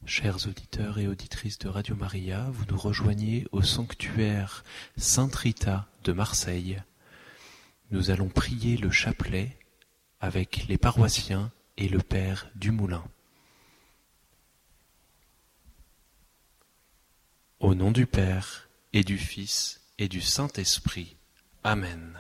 Chers auditeurs et auditrices de Radio Maria, vous nous rejoignez au sanctuaire Sainte Rita de Marseille. Nous allons prier le chapelet avec les paroissiens et le Père du Moulin. Au nom du Père et du Fils et du Saint-Esprit. Amen.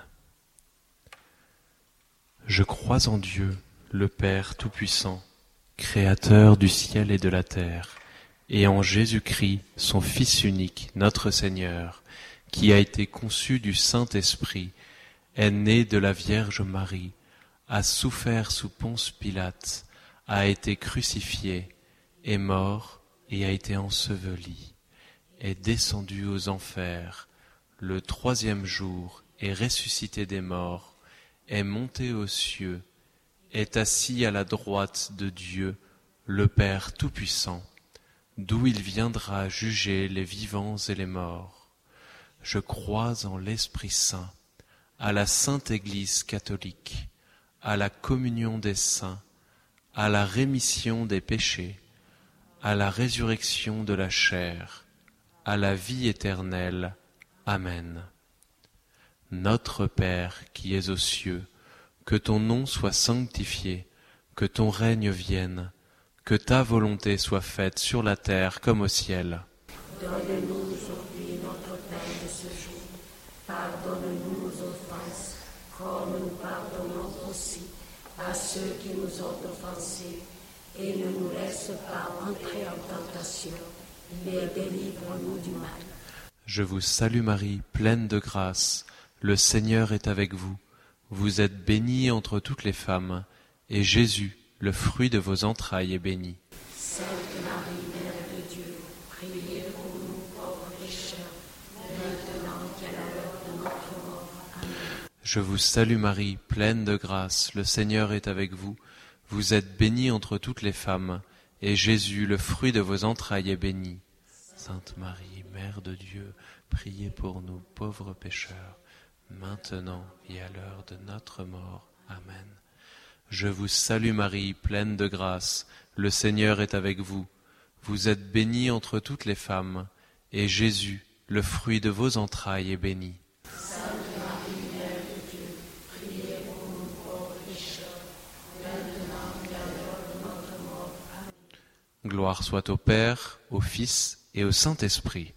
Je crois en Dieu, le Père Tout-Puissant, Créateur du ciel et de la terre, et en Jésus-Christ, son Fils unique, notre Seigneur, qui a été conçu du Saint-Esprit, est né de la Vierge Marie, a souffert sous Ponce Pilate, a été crucifié, est mort et a été enseveli, est descendu aux enfers, le troisième jour est ressuscité des morts, est monté aux cieux, est assis à la droite de Dieu, le Père Tout-Puissant, d'où il viendra juger les vivants et les morts. Je crois en l'Esprit Saint, à la Sainte Église catholique, à la communion des saints, à la rémission des péchés, à la résurrection de la chair, à la vie éternelle. Amen. Notre Père qui es aux cieux, que ton nom soit sanctifié, que ton règne vienne, que ta volonté soit faite sur la terre comme au ciel. Donne-nous aujourd'hui notre pain de ce jour. Pardonne-nous nos offenses, comme nous pardonnons aussi à ceux qui nous ont offensés. Et ne nous laisse pas entrer en tentation, mais délivre-nous du mal. Je vous salue Marie, pleine de grâce, le Seigneur est avec vous. Vous êtes bénie entre toutes les femmes, et Jésus, le fruit de vos entrailles, est béni. Sainte Marie, Mère de Dieu, priez pour nous pauvres pécheurs, maintenant et à l'heure de notre mort. Amen. Je vous salue Marie, pleine de grâce, le Seigneur est avec vous. Vous êtes bénie entre toutes les femmes, et Jésus, le fruit de vos entrailles, est béni. Sainte Marie, Mère de Dieu, priez pour nous pauvres pécheurs, maintenant et à l'heure de notre mort. Amen. Je vous salue Marie, pleine de grâce, le Seigneur est avec vous. Vous êtes bénie entre toutes les femmes, et Jésus, le fruit de vos entrailles, est béni. Sainte Marie, Mère de Dieu, priez pour nous pauvres pécheurs, maintenant et à l'heure de notre mort. Amen. Gloire soit au Père, au Fils et au Saint-Esprit.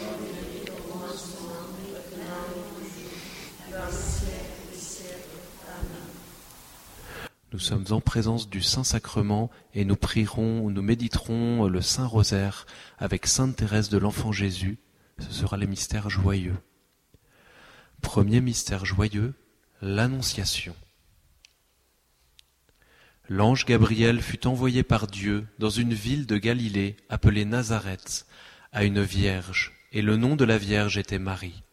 Nous sommes en présence du Saint-Sacrement et nous prierons, nous méditerons le Saint-Rosaire avec Sainte Thérèse de l'Enfant Jésus. Ce sera les mystères joyeux. Premier mystère joyeux, l'Annonciation. L'ange Gabriel fut envoyé par Dieu dans une ville de Galilée appelée Nazareth, à une vierge, et le nom de la vierge était Marie.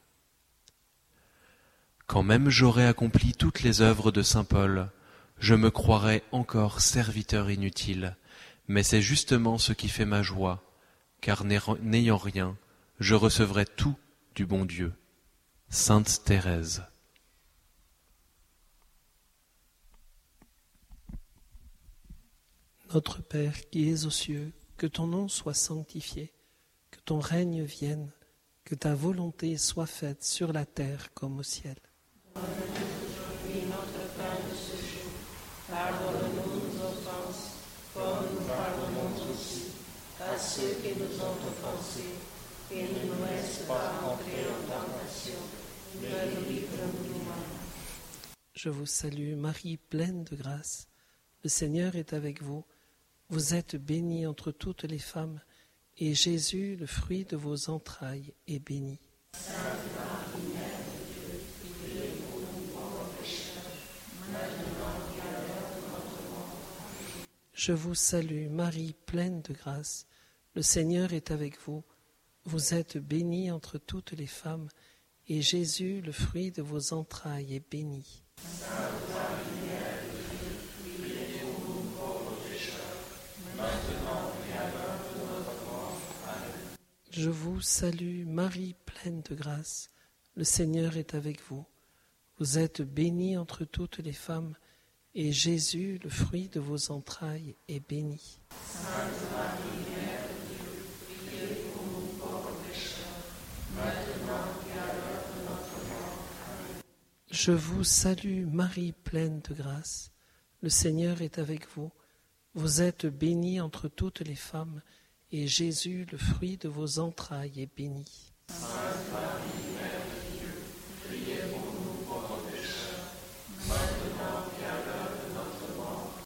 Quand même j'aurai accompli toutes les œuvres de saint Paul, je me croirais encore serviteur inutile, mais c'est justement ce qui fait ma joie, car n'ayant rien, je recevrai tout du bon Dieu. Sainte Thérèse. Notre Père qui es aux cieux, que ton nom soit sanctifié, que ton règne vienne, que ta volonté soit faite sur la terre comme au ciel. Donne-nous notre pain de ce jour. Pardonne-nous nos offenses, comme nous pardonnons aussi à ceux qui nous ont offensés. Et ne nous laisse pas entrer en tentation, mais délivre-nous du mal. Je vous salue Marie, pleine de grâce. Le Seigneur est avec vous. Vous êtes bénie entre toutes les femmes, et Jésus, le fruit de vos entrailles, est béni. Sainte Marie, Mère de Dieu, priez pour nous pauvres pécheurs, maintenant et à l'heure de notre mort. Amen. Je vous salue Marie, pleine de grâce. Le Seigneur est avec vous. Vous êtes bénie entre toutes les femmes, et Jésus, le fruit de vos entrailles, est béni. Sainte Marie, Mère de Dieu, priez pour nous pauvres pécheurs, maintenant et à l'heure de notre mort. Amen. Je vous salue Marie, pleine de grâce. Le Seigneur est avec vous. Vous êtes bénie entre toutes les femmes, et Jésus, le fruit de vos entrailles, est béni. Sainte Marie, Mère de Je vous salue Marie, pleine de grâce. Le Seigneur est avec vous. Vous êtes bénie entre toutes les femmes, et Jésus, le fruit de vos entrailles, est béni. Sainte Marie, Mère de Dieu, priez pour nous pauvres pécheurs, maintenant et à l'heure de notre mort.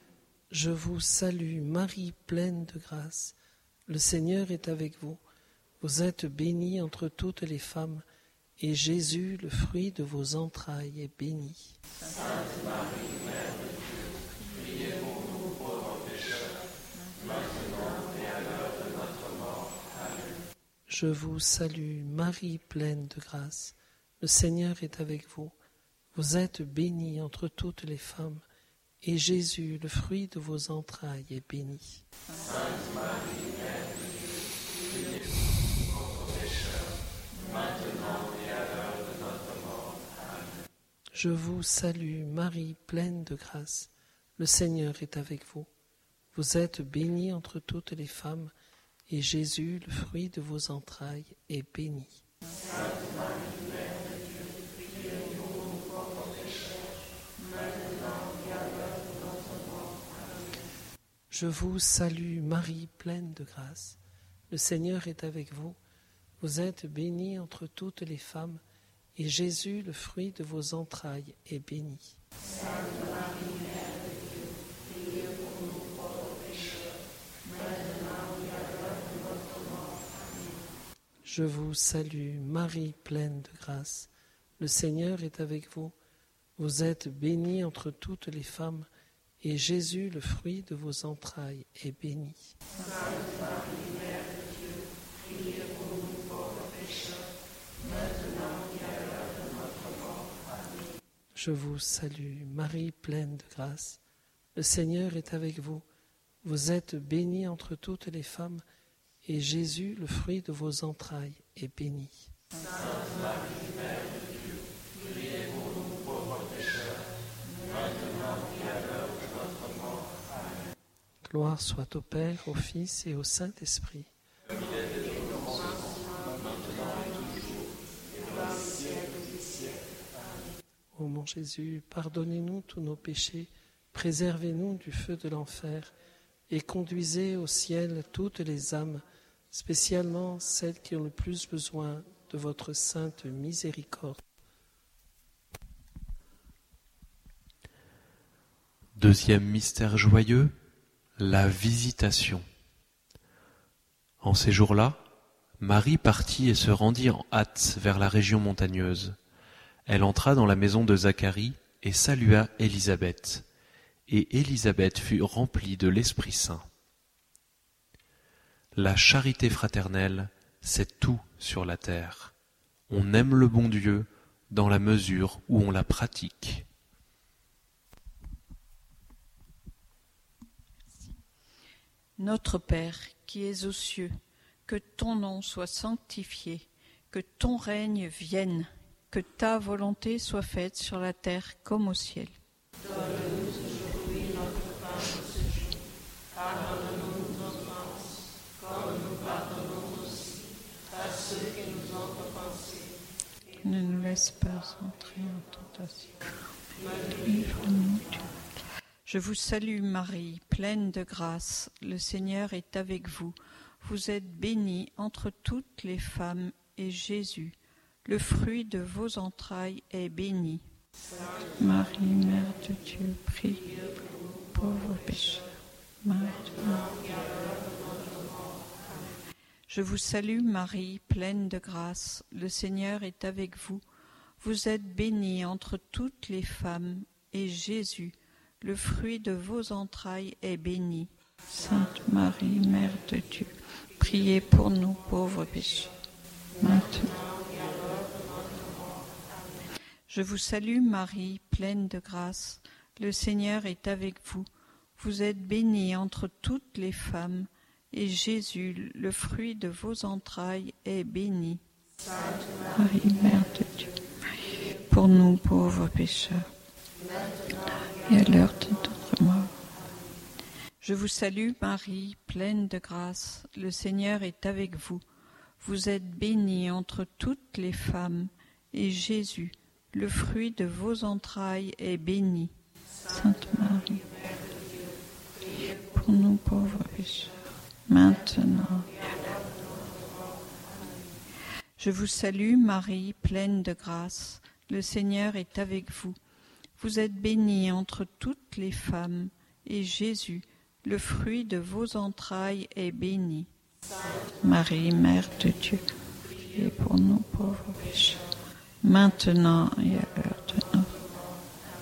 Je vous salue Marie, pleine de grâce. Le Seigneur est avec vous. Vous êtes bénie entre toutes les femmes, et Jésus, le fruit de vos entrailles, est béni. Sainte Marie, Mère de Dieu, priez pour nous pauvres pécheurs, maintenant et à l'heure de notre mort. Amen. Je vous salue Marie, pleine de grâce. Le Seigneur est avec vous. Vous êtes bénie entre toutes les femmes, et Jésus, le fruit de vos entrailles, est béni. Sainte Marie, Mère de Dieu, priez pour nous pauvres pécheurs, maintenant et à l'heure de notre mort. Amen. Je vous salue Marie, pleine de grâce. Le Seigneur est avec vous. Vous êtes bénie entre toutes les femmes, et Jésus, le fruit de vos entrailles, est béni. Sainte Marie, Mère de Dieu, priez pour nous pauvres pécheurs, maintenant et à l'heure de notre mort. Amen. Je vous salue Marie, pleine de grâce. Le Seigneur est avec vous. Vous êtes bénie entre toutes les femmes, et Jésus, le fruit de vos entrailles, est béni. Sainte Marie, Mère de Dieu, priez pour nous pauvres pécheurs, maintenant et à l'heure de notre mort. Amen. Je vous salue Marie, pleine de grâce. Le Seigneur est avec vous. Vous êtes bénie entre toutes les femmes, et Jésus, le fruit de vos entrailles, est béni. Sainte Marie, Mère de Dieu, priez pour nous pauvres pécheurs, maintenant et à l'heure de notre mort. Amen. Je vous salue Marie, pleine de grâce. Le Seigneur est avec vous. Vous êtes bénie entre toutes les femmes, et Jésus, le fruit de vos entrailles, est béni. Sainte Marie, Mère de Dieu, priez pour nous pauvres pécheurs, maintenant et à l'heure de notre mort. Amen. Gloire soit au Père, au Fils et au Saint-Esprit. Ô mon Jésus, pardonnez-nous tous nos péchés, préservez-nous du feu de l'enfer, et conduisez au ciel toutes les âmes, spécialement celles qui ont le plus besoin de votre sainte miséricorde. Deuxième mystère joyeux, la visitation. En ces jours-là, Marie partit et se rendit en hâte vers la région montagneuse. Elle entra dans la maison de Zacharie et salua Élisabeth. Et Élisabeth fut remplie de l'Esprit Saint. La charité fraternelle, c'est tout sur la terre. On aime le bon Dieu dans la mesure où on la pratique. Notre Père, qui es aux cieux, que ton nom soit sanctifié, que ton règne vienne, que ta volonté soit faite sur la terre comme au ciel. Donne-nous aujourd'hui notre pain de ce jour. Pardonne-nous nos offenses, comme nous pardonnons aussi à ceux qui nous ont offensés. Ne nous laisse pas entrer en tentation. Livre-nous du mal. Je vous salue Marie, pleine de grâce, le Seigneur est avec vous. Vous êtes bénie entre toutes les femmes, et Jésus, le fruit de vos entrailles, est béni. Sainte Marie, Mère de Dieu, prie pour nous pauvres pécheurs, maintenant et à l'heure de notre mort. Amen. Je vous salue Marie, pleine de grâce, le Seigneur est avec vous. Vous êtes bénie entre toutes les femmes, et Jésus, le fruit de vos entrailles, est béni. Sainte Marie, Mère de Dieu, priez pour nous pauvres pécheurs, maintenant et à l'heure de notre mort. Amen. Je vous salue Marie, pleine de grâce, le Seigneur est avec vous. Vous êtes bénie entre toutes les femmes, et Jésus, le fruit de vos entrailles, est béni. Sainte Marie, Mère de Dieu, priez pour nous pauvres pécheurs, et à l'heure de notre mort. Je vous salue Marie, pleine de grâce, le Seigneur est avec vous. Vous êtes bénie entre toutes les femmes, et Jésus, le fruit de vos entrailles est béni. Sainte Marie, Mère de Dieu, priez pour nous pauvres pécheurs, maintenant. Je vous salue Marie, pleine de grâce. Le Seigneur est avec vous. Vous êtes bénie entre toutes les femmes, et Jésus, le fruit de vos entrailles, est béni. Sainte Marie, Mère de Dieu, priez pour nous pauvres pécheurs, maintenant et à l'heure de notre mort.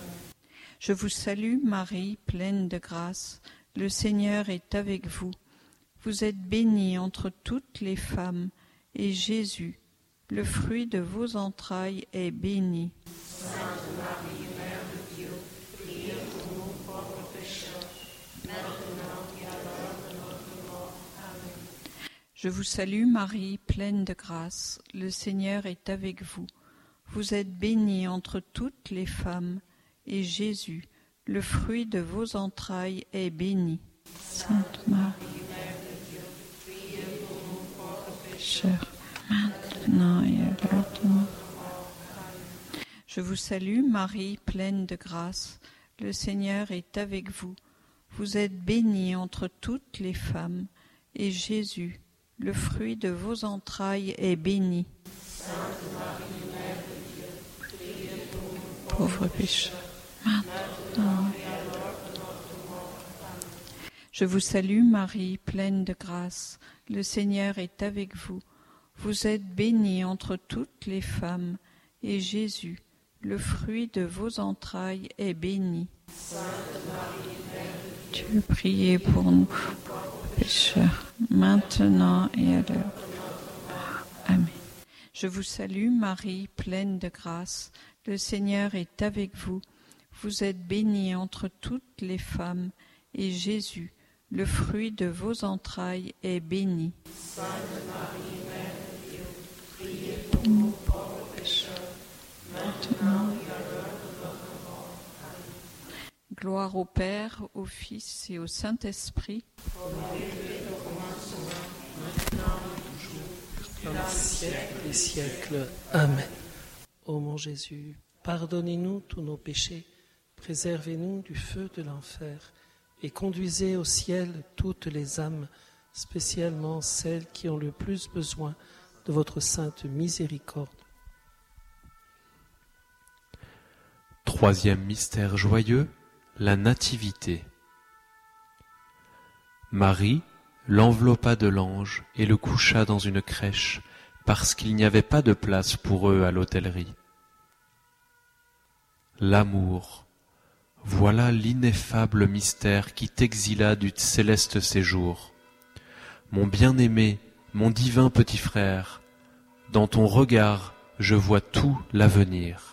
Je vous salue Marie, pleine de grâce. Le Seigneur est avec vous. Vous êtes bénie entre toutes les femmes, et Jésus, le fruit de vos entrailles, est béni. Sainte Marie, Mère de Dieu, priez pour nous pauvres pécheurs, maintenant et à l'heure de notre mort. Amen. Je vous salue Marie, pleine de grâce. Le Seigneur est avec vous. Vous êtes bénie entre toutes les femmes, et Jésus, le fruit de vos entrailles, est béni. Sainte Marie, Mère de Dieu, priez pour nous pauvres pécheurs, maintenant et à l'heure de notre mort. Je vous salue Marie, pleine de grâce. Le Seigneur est avec vous. Vous êtes bénie entre toutes les femmes, et Jésus, le fruit de vos entrailles, est béni. Sainte Marie, Mère de Dieu, priez pour nous Pauvres pécheurs, maintenant et à l'heure de notre mort. Amen. Je vous salue Marie, pleine de grâce. Le Seigneur est avec vous. Vous êtes bénie entre toutes les femmes, et Jésus, le fruit de vos entrailles, est béni. Sainte Marie, Mère de Dieu, priez pour nous, pauvres pécheurs, maintenant et à l'heure de notre mort. Amen. Je vous salue Marie, pleine de grâce. Le Seigneur est avec vous. Vous êtes bénie entre toutes les femmes, et Jésus, le fruit de vos entrailles, est béni. Sainte Marie, Mère de Dieu, priez pour nous pauvres pécheurs, maintenant et à l'heure de notre mort. Amen. Gloire au Père, au Fils et au Saint-Esprit. Dans les siècles des siècles. Amen. Ô mon Jésus, pardonnez-nous tous nos péchés, préservez-nous du feu de l'enfer, et conduisez au ciel toutes les âmes, spécialement celles qui ont le plus besoin de votre sainte miséricorde. Troisième mystère joyeux, la Nativité. Marie l'enveloppa de l'ange et le coucha dans une crèche, parce qu'il n'y avait pas de place pour eux à l'hôtellerie. L'amour, voilà l'ineffable mystère qui t'exila du céleste séjour. Mon bien-aimé, mon divin petit frère, dans ton regard je vois tout l'avenir.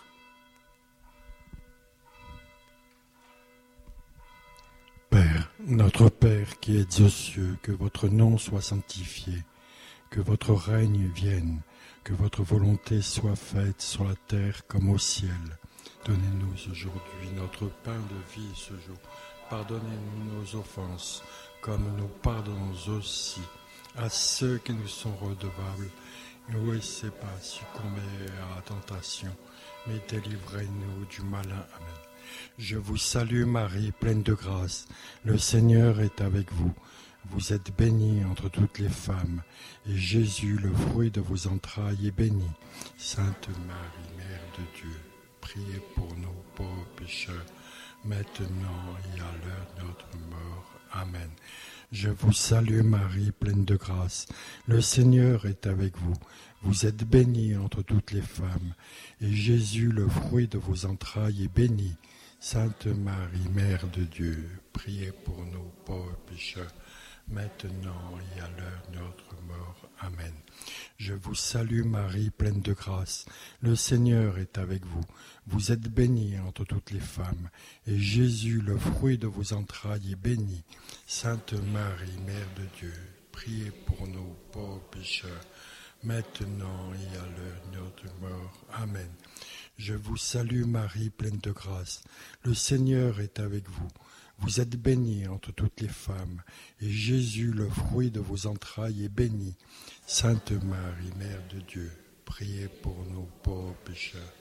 Père, notre Père qui êtes aux cieux, que votre nom soit sanctifié, que votre règne vienne, que votre volonté soit faite sur la terre comme au ciel. Donnez-nous aujourd'hui notre pain de vie ce jour. Pardonnez-nous nos offenses, comme nous pardonnons aussi à ceux qui nous sont redevables. Ne nous laissez pas succomber à la tentation, mais délivrez-nous du malin. Amen. Je vous salue Marie, pleine de grâce. Le Seigneur est avec vous. Vous êtes bénie entre toutes les femmes, et Jésus, le fruit de vos entrailles, est béni. Sainte Marie, Mère de Dieu, priez pour nous pauvres pécheurs, maintenant et à l'heure de notre mort. Amen. Je vous salue Marie, pleine de grâce. Le Seigneur est avec vous. Vous êtes bénie entre toutes les femmes, et Jésus, le fruit de vos entrailles, est béni. Sainte Marie, Mère de Dieu, priez pour nous pauvres pécheurs, maintenant et à l'heure de notre mort. Amen. Je vous salue Marie, pleine de grâce. Le Seigneur est avec vous. Vous êtes bénie entre toutes les femmes, et Jésus, le fruit de vos entrailles, est béni. Sainte Marie, Mère de Dieu, priez pour nous pauvres pécheurs, maintenant et à l'heure de notre mort. Amen. Je vous salue Marie, pleine de grâce. Le Seigneur est avec vous. Vous êtes bénie entre toutes les femmes, et Jésus, le fruit de vos entrailles, est béni. Sainte Marie, Mère de Dieu, priez pour nous pauvres pécheurs,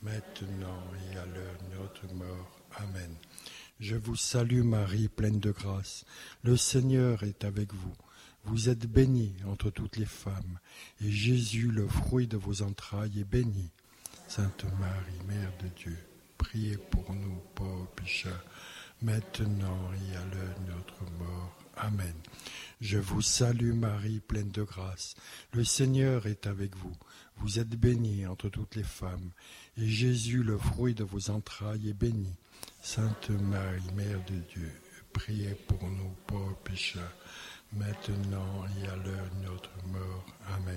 maintenant et à l'heure de notre mort. Amen. Je vous salue Marie, pleine de grâce. Le Seigneur est avec vous. Vous êtes bénie entre toutes les femmes, et Jésus, le fruit de vos entrailles, est béni. Sainte Marie, Mère de Dieu, priez pour nous pauvres pécheurs, maintenant et à l'heure de notre mort. Amen. Je vous salue Marie, pleine de grâce. Le Seigneur est avec vous. Vous êtes bénie entre toutes les femmes, et Jésus, le fruit de vos entrailles, est béni. Sainte Marie, Mère de Dieu, priez pour nous pauvres pécheurs, maintenant et à l'heure de notre mort. Amen.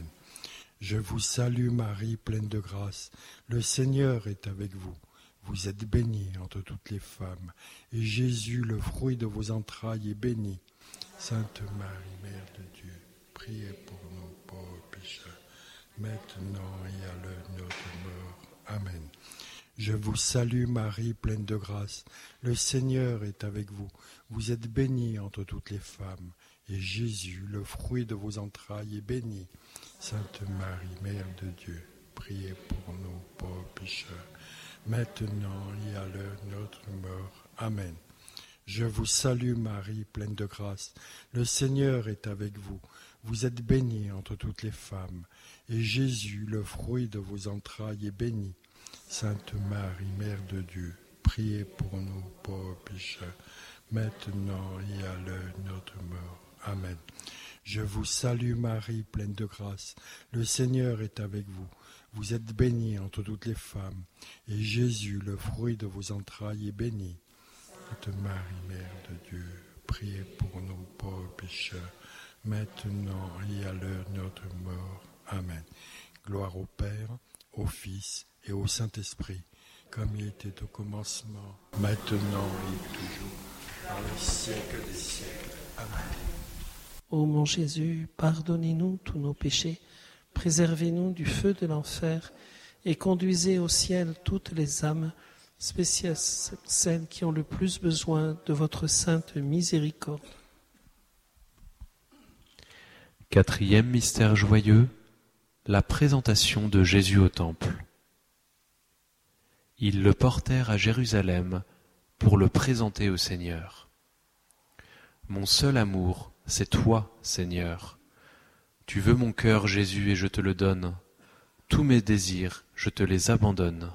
Je vous salue Marie, pleine de grâce. Le Seigneur est avec vous. Vous êtes bénie entre toutes les femmes, et Jésus, le fruit de vos entrailles, est béni. Sainte Marie, Mère de Dieu, priez pour nous pauvres pécheurs, maintenant et à l'heure de notre mort. Amen. Je vous salue Marie, pleine de grâce. Le Seigneur est avec vous. Vous êtes bénie entre toutes les femmes, et Jésus, le fruit de vos entrailles, est béni. Sainte Marie, Mère de Dieu, priez pour nous pauvres pécheurs, maintenant et à l'heure de notre mort. Amen. Je vous salue Marie, pleine de grâce. Le Seigneur est avec vous. Vous êtes bénie entre toutes les femmes, et Jésus, le fruit de vos entrailles, est béni. Sainte Marie, Mère de Dieu, priez pour nous pauvres pécheurs, maintenant et à l'heure de notre mort. Amen. Je vous salue Marie, pleine de grâce. Le Seigneur est avec vous. Vous êtes bénie entre toutes les femmes, et Jésus, le fruit de vos entrailles, est béni. Sainte Marie, Mère de Dieu, priez pour nous pauvres pécheurs, maintenant et à l'heure de notre mort. Amen. Gloire au Père, au Fils et au Saint-Esprit, comme il était au commencement, maintenant et toujours, dans les siècles des siècles. Amen. Ô mon Jésus, pardonnez-nous tous nos péchés, préservez-nous du feu de l'enfer et conduisez au ciel toutes les âmes, spécialement celles qui ont le plus besoin de votre sainte miséricorde. Quatrième mystère joyeux, la présentation de Jésus au temple. Ils le portèrent à Jérusalem pour le présenter au Seigneur. Mon seul amour, c'est toi, Seigneur. Tu veux mon cœur, Jésus, et je te le donne. Tous mes désirs, je te les abandonne.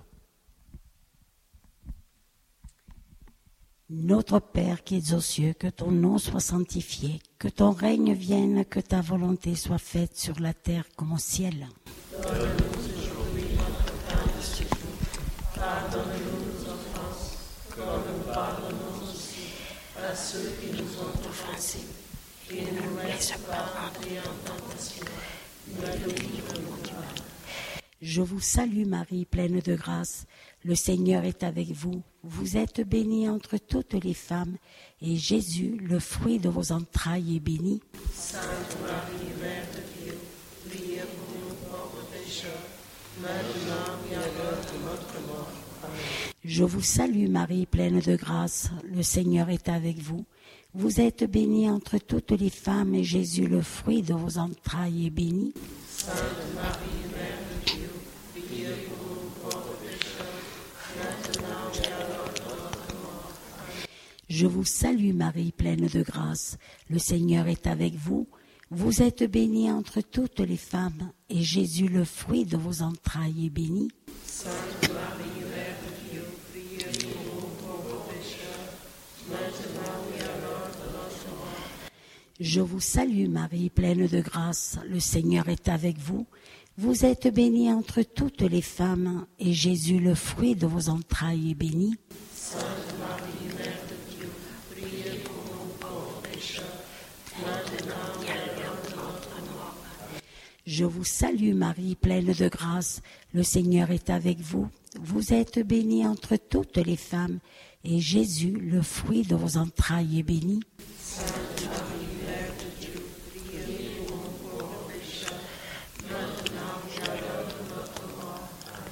Notre Père qui es aux cieux, que ton nom soit sanctifié, que ton règne vienne, que ta volonté soit faite sur la terre comme au ciel. Donne-nous aujourd'hui notre pain de ce jour. Pardonne-nous nos offenses, comme nous pardonnons aussi à ceux qui nous ont offensés. Et ne nous laisse pas entrer en tentation, mais délivre-nous du mal. Je vous salue Marie, pleine de grâce. Le Seigneur est avec vous. Vous êtes bénie entre toutes les femmes, et Jésus, le fruit de vos entrailles, est béni. Sainte Marie, Mère de Dieu, priez pour nous pauvres pécheurs, maintenant et à l'heure de notre mort. Amen. Je vous salue Marie, pleine de grâce. Le Seigneur est avec vous. Vous êtes bénie entre toutes les femmes, et Jésus, le fruit de vos entrailles, est béni. Sainte Marie, Mère de Dieu, priez pour nous pauvres pécheurs, maintenant et à l'heure de notre mort. Amen. Je vous salue Marie, pleine de grâce. Le Seigneur est avec vous. Vous êtes bénie entre toutes les femmes, et Jésus, le fruit de vos entrailles, est béni. Sainte Marie, Mère de Dieu, priez pour nous pauvres pécheurs, maintenant et à l'heure de notre mort. Je vous salue Marie, pleine de grâce. Le Seigneur est avec vous. Vous êtes bénie entre toutes les femmes, et Jésus, le fruit de vos entrailles, est béni. Sainte Marie, Mère de Dieu, priez pour nous pauvres pécheurs, maintenant et à l'heure de notre mort. Je vous salue Marie, pleine de grâce. Le Seigneur est avec vous. Vous êtes bénie entre toutes les femmes, et Jésus, le fruit de vos entrailles, est béni. Sainte Marie, Mère de Dieu, priez pour nous pauvres pécheurs, maintenant et à l'heure de notre mort.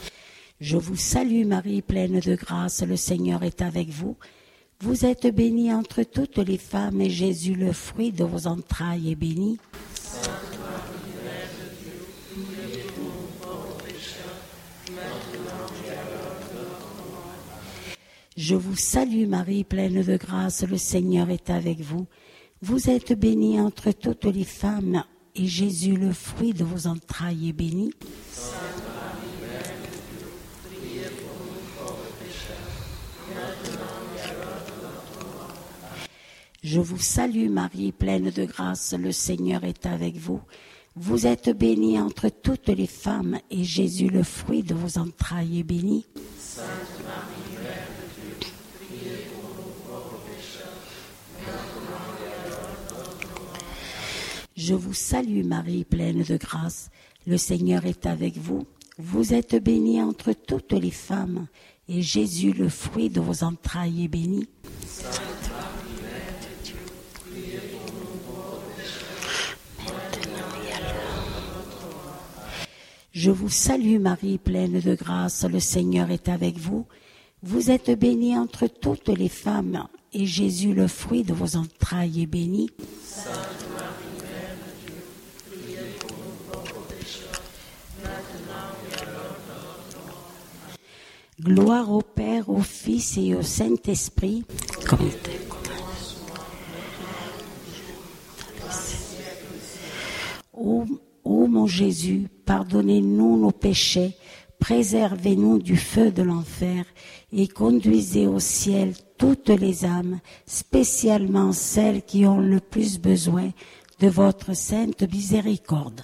Je vous salue Marie, pleine de grâce. Le Seigneur est avec vous. Vous êtes bénie entre toutes les femmes, et Jésus, le fruit de vos entrailles, est béni. Sainte Marie, Mère de Dieu, priez pour nous pauvres pécheurs, maintenant et à l'heure Je vous salue Marie, pleine de grâce, le Seigneur est avec vous. Vous êtes bénie entre toutes les femmes, et Jésus, le fruit de vos entrailles, est béni. Sainte Marie, Mère de Dieu, priez pour nous pauvres pécheurs, maintenant et à l'heure de notre mort. Je vous salue Marie, pleine de grâce, le Seigneur est avec vous. Vous êtes bénie entre toutes les femmes, et Jésus, le fruit de vos entrailles, est béni. Sainte Marie, Mère de Dieu, priez pour nous pauvres pécheurs, maintenant et à l'heure de notre mort. Je vous salue Marie, pleine de grâce, le Seigneur est avec vous. Vous êtes bénie entre toutes les femmes, et Jésus, le fruit de vos entrailles, est béni. Sainte Marie, Mère de Dieu, priez pour nous pauvres pécheurs, maintenant et à l'heure de notre mort. Je vous salue Marie, pleine de grâce, le Seigneur est avec vous. Vous êtes bénie entre toutes les femmes, et Jésus, le fruit de vos entrailles, est béni. Sainte Marie, Mère de Dieu, priez pour nous pauvres pécheurs, maintenant et à l'heure de notre mort. Gloire au Père, au Fils et au Saint-Esprit, comme il était au commencement. Ô mon Jésus, pardonnez-nous nos péchés, préservez-nous du feu de l'enfer et conduisez au ciel toutes les âmes, spécialement celles qui ont le plus besoin de votre sainte miséricorde.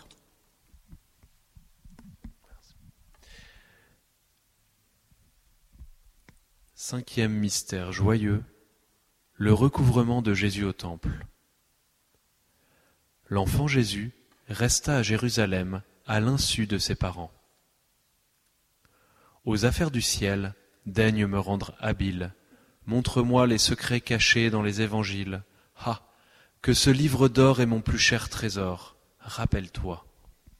Cinquième mystère joyeux, le recouvrement de Jésus au temple. L'enfant Jésus resta à Jérusalem à l'insu de ses parents. Aux affaires du ciel, daigne me rendre habile. Montre-moi les secrets cachés dans les évangiles. Ah, que ce livre d'or est mon plus cher trésor. Rappelle-toi.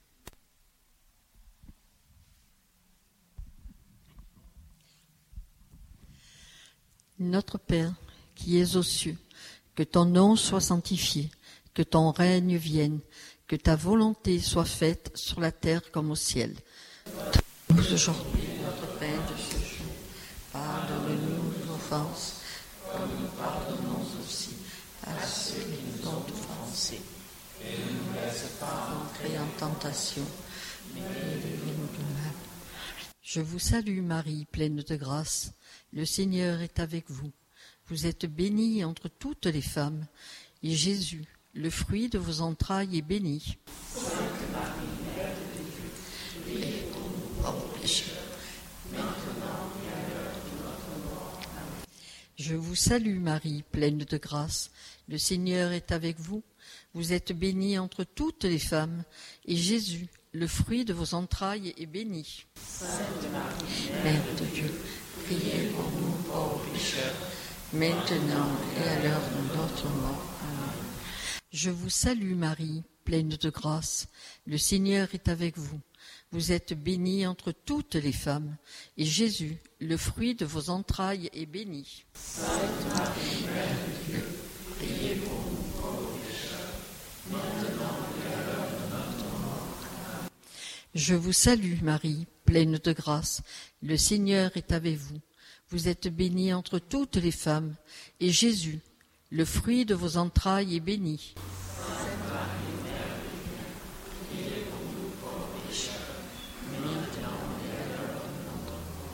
Notre Père, qui es aux cieux, que ton nom soit sanctifié, que ton règne vienne, que ta volonté soit faite sur la terre comme au ciel. Donne-nous aujourd'hui notre pain de ce jour. Pardonne-nous nos offenses, comme nous pardonnons aussi à ceux qui nous ont offensés. Et ne nous laisse pas entrer en tentation, mais délivre-nous du mal. Je vous salue Marie, pleine de grâce. Le Seigneur est avec vous. Vous êtes bénie entre toutes les femmes, et Jésus, le fruit de vos entrailles, est béni. Sainte Marie, Mère de Dieu, priez pour nous pauvres pécheurs, maintenant et à l'heure de notre mort. Amen. Je vous salue Marie, pleine de grâce. Le Seigneur est avec vous. Vous êtes bénie entre toutes les femmes, et Jésus, le fruit de vos entrailles, est béni. Sainte Marie, Mère de Dieu, priez pour nous pauvres pécheurs, maintenant et à l'heure de notre mort. Amen. Je vous salue Marie, pleine de grâce. Le Seigneur est avec vous. Vous êtes bénie entre toutes les femmes, et Jésus, le fruit de vos entrailles, est béni. Sainte Marie, Mère de Dieu, priez pour nous pauvres pécheurs, maintenant et à l'heure de notre mort. Amen. Je vous salue Marie, pleine de grâce. Le Seigneur est avec vous. Vous êtes bénie entre toutes les femmes, et Jésus, le fruit de vos entrailles, est béni. Sainte Marie, Mère de Dieu, priez pour nous pauvres pécheurs, maintenant et à l'heure de notre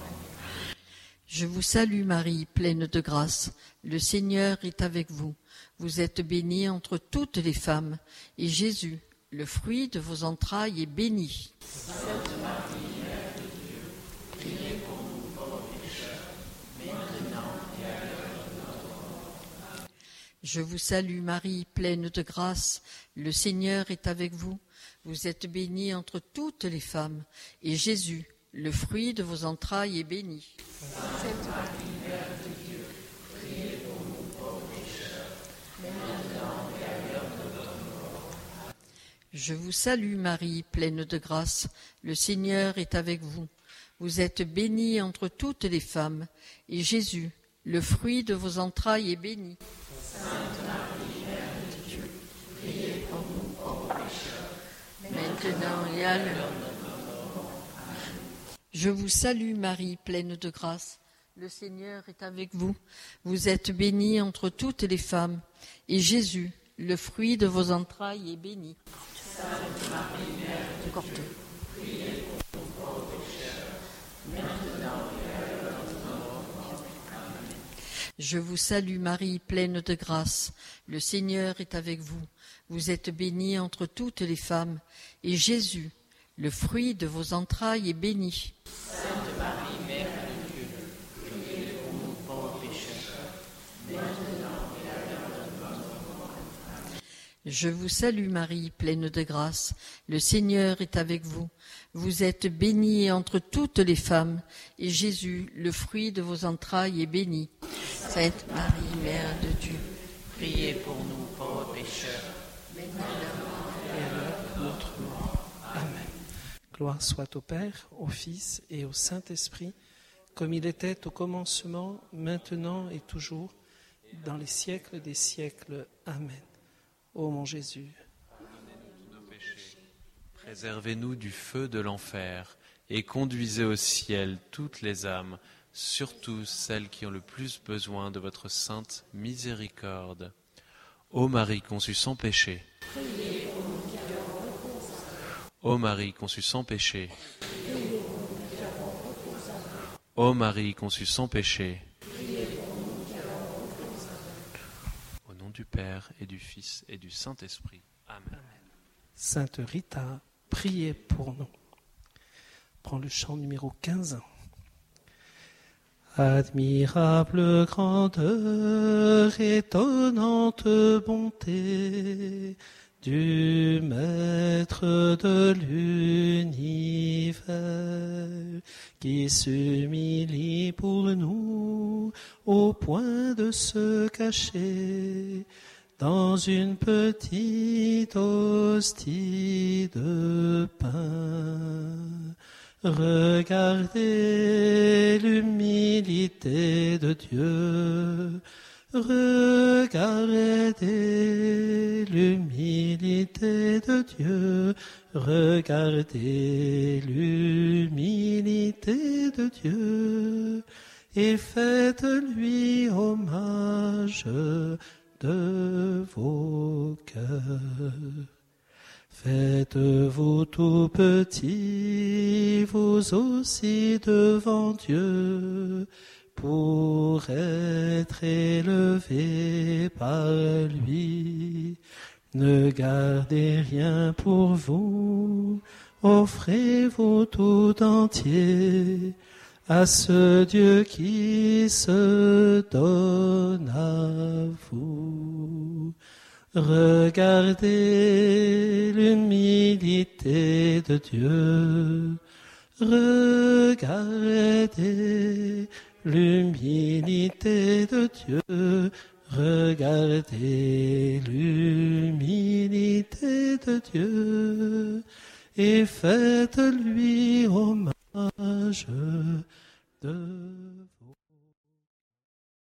mort. Je vous salue Marie, pleine de grâce. Le Seigneur est avec vous. Vous êtes bénie entre toutes les femmes, et Jésus, le fruit de vos entrailles, est béni. Sainte Marie, Mère de Dieu, priez pour nous pauvres pécheurs, maintenant et à l'heure de notre mort. Je vous salue Marie, pleine de grâce. Le Seigneur est avec vous. Vous êtes bénie entre toutes les femmes, et Jésus, le fruit de vos entrailles, est béni. Sainte Marie, Mère de Dieu, priez pour nous pauvres pécheurs, maintenant et à l'heure de notre mort. Je vous salue Marie, pleine de grâce. Le Seigneur est avec vous. Vous êtes bénie entre toutes les femmes, et Jésus, le fruit de vos entrailles, est béni. Sainte Marie, Mère de Dieu, priez pour nous pauvres pécheurs, Maintenant et à l'heure de notre mort. Je vous salue Marie, pleine de grâce. le Seigneur est avec vous. Vous êtes bénie entre toutes les femmes, et Jésus, le fruit de vos entrailles, est béni. Sainte Marie, Mère de Dieu, priez pour nous pauvres pécheurs, maintenant et à l'heure de notre mort. Amen. Je vous salue Marie, pleine de grâce. Le Seigneur est avec vous. Vous êtes bénie entre toutes les femmes, et Jésus, le fruit de vos entrailles, est béni. Sainte Marie, Mère de Dieu, priez pour nous pauvres pécheurs, maintenant et à l'heure de notre mort. Amen. Je vous salue Marie, pleine de grâce. Le Seigneur est avec vous. Vous êtes bénie entre toutes les femmes, et Jésus, le fruit de vos entrailles, est béni. Sainte Marie, Mère de Dieu, Priez pour nous pauvres pécheurs, et à l'heure de notre mort. Amen. Gloire soit au Père, au Fils et au Saint-Esprit, comme il était au commencement, maintenant et toujours, dans les siècles des siècles. Amen. Ô mon Jésus, Pardonnez-nous nos péchés, préservez-nous du feu de l'enfer, et conduisez au ciel toutes les âmes, surtout celles qui ont le plus besoin de votre sainte miséricorde. Ô Marie conçue sans péché, ô Marie conçue sans péché, ô Marie conçue sans péché, au nom du Père et du Fils et du Saint-Esprit. Amen. Sainte Rita, priez pour nous. Prends le chant numéro 15. Admirable grandeur, étonnante bonté du Maître de l'univers, qui s'humilie pour nous au point de se cacher dans une petite hostie de pain. Regardez l'humilité de Dieu, regardez l'humilité de Dieu, regardez l'humilité de Dieu, et faites-lui hommage de vos cœurs. Faites-vous tout petit, vous aussi devant Dieu, pour être élevé par lui. Ne gardez rien pour vous, offrez-vous tout entier à ce Dieu qui se donne à vous. Regardez l'humilité de Dieu, regardez l'humilité de Dieu, regardez l'humilité de Dieu, et faites-lui hommage de